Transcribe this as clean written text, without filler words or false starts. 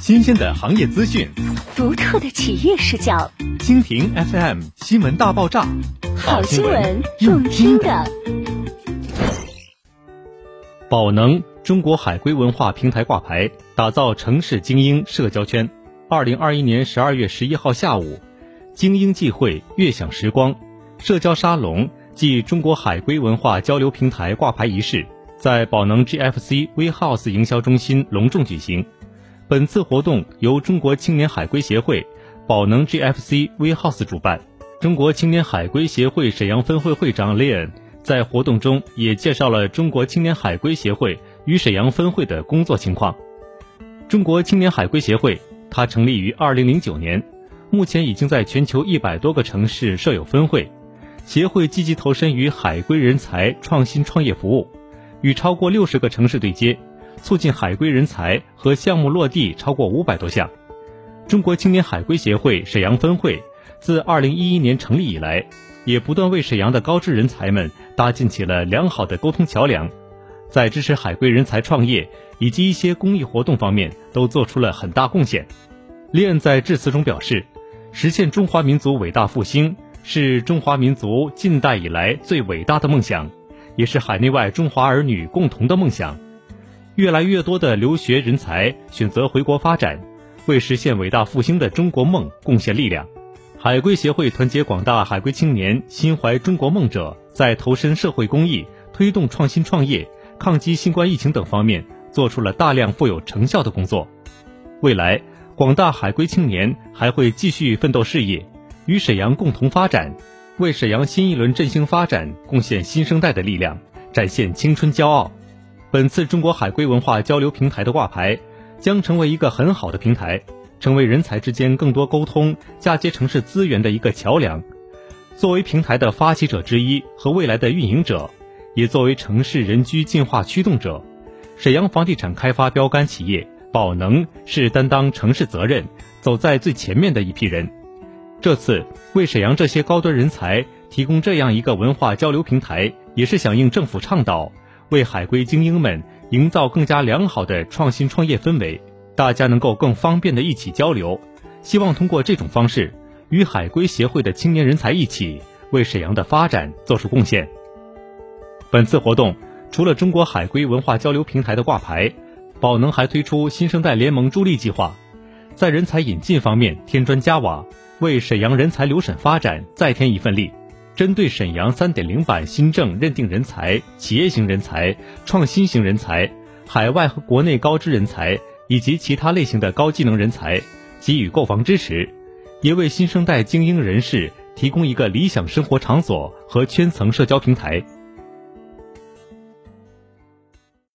新鲜的行业资讯， 独特的企业视角， 蜻蜓 FM 新闻大爆炸， 好新闻用听的。 宝能中国海归文化平台挂牌，打造城市精英社交圈。2021年12月11号下午，精英际会悦享时光社交沙龙暨中国海归文化交流平台挂牌仪式在宝能 GFC WeHouse 营销中心隆重举行。本次活动由中国青年海归协会、宝能 GFC WeHouse 主办。中国青年海归协会沈阳分会会长 Leon 在活动中也介绍了中国青年海归协会与沈阳分会的工作情况。中国青年海归协会，它成立于2009年，目前已经在全球100多个城市设有分会。协会积极投身于海归人才创新创业服务，与超过60个城市对接，促进海归人才和项目落地超过500多项。中国青年海归协会沈阳分会自2011年成立以来，也不断为沈阳的高知人才们搭建起了良好的沟通桥梁，在支持海归人才创业以及一些公益活动方面都做出了很大贡献。利恩在致辞中表示，实现中华民族伟大复兴是中华民族近代以来最伟大的梦想，也是海内外中华儿女共同的梦想。越来越多的留学人才选择回国发展，为实现伟大复兴的中国梦贡献力量。海归协会团结广大海归青年心怀中国梦者，在投身社会公益、推动创新创业、抗击新冠疫情等方面做出了大量富有成效的工作。未来，广大海归青年还会继续奋斗事业，与沈阳共同发展，为沈阳新一轮振兴发展贡献新生代的力量，展现青春骄傲。本次中国海归文化交流平台的挂牌，将成为一个很好的平台，成为人才之间更多沟通、嫁接城市资源的一个桥梁。作为平台的发起者之一和未来的运营者，也作为城市人居进化驱动者，沈阳房地产开发标杆企业宝能是担当城市责任、走在最前面的一批人。这次为沈阳这些高端人才提供这样一个文化交流平台，也是响应政府倡导，为海归精英们营造更加良好的创新创业氛围，大家能够更方便的一起交流。希望通过这种方式，与海归协会的青年人才一起，为沈阳的发展做出贡献。本次活动除了中国海归文化交流平台的挂牌，宝能还推出新生代联盟助力计划，在人才引进方面添砖加瓦，为沈阳人才留沈发展再添一份力。针对沈阳 3.0 版新政认定人才、企业型人才、创新型人才、海外和国内高知人才以及其他类型的高技能人才给予购房支持，也为新生代精英人士提供一个理想生活场所和圈层社交平台。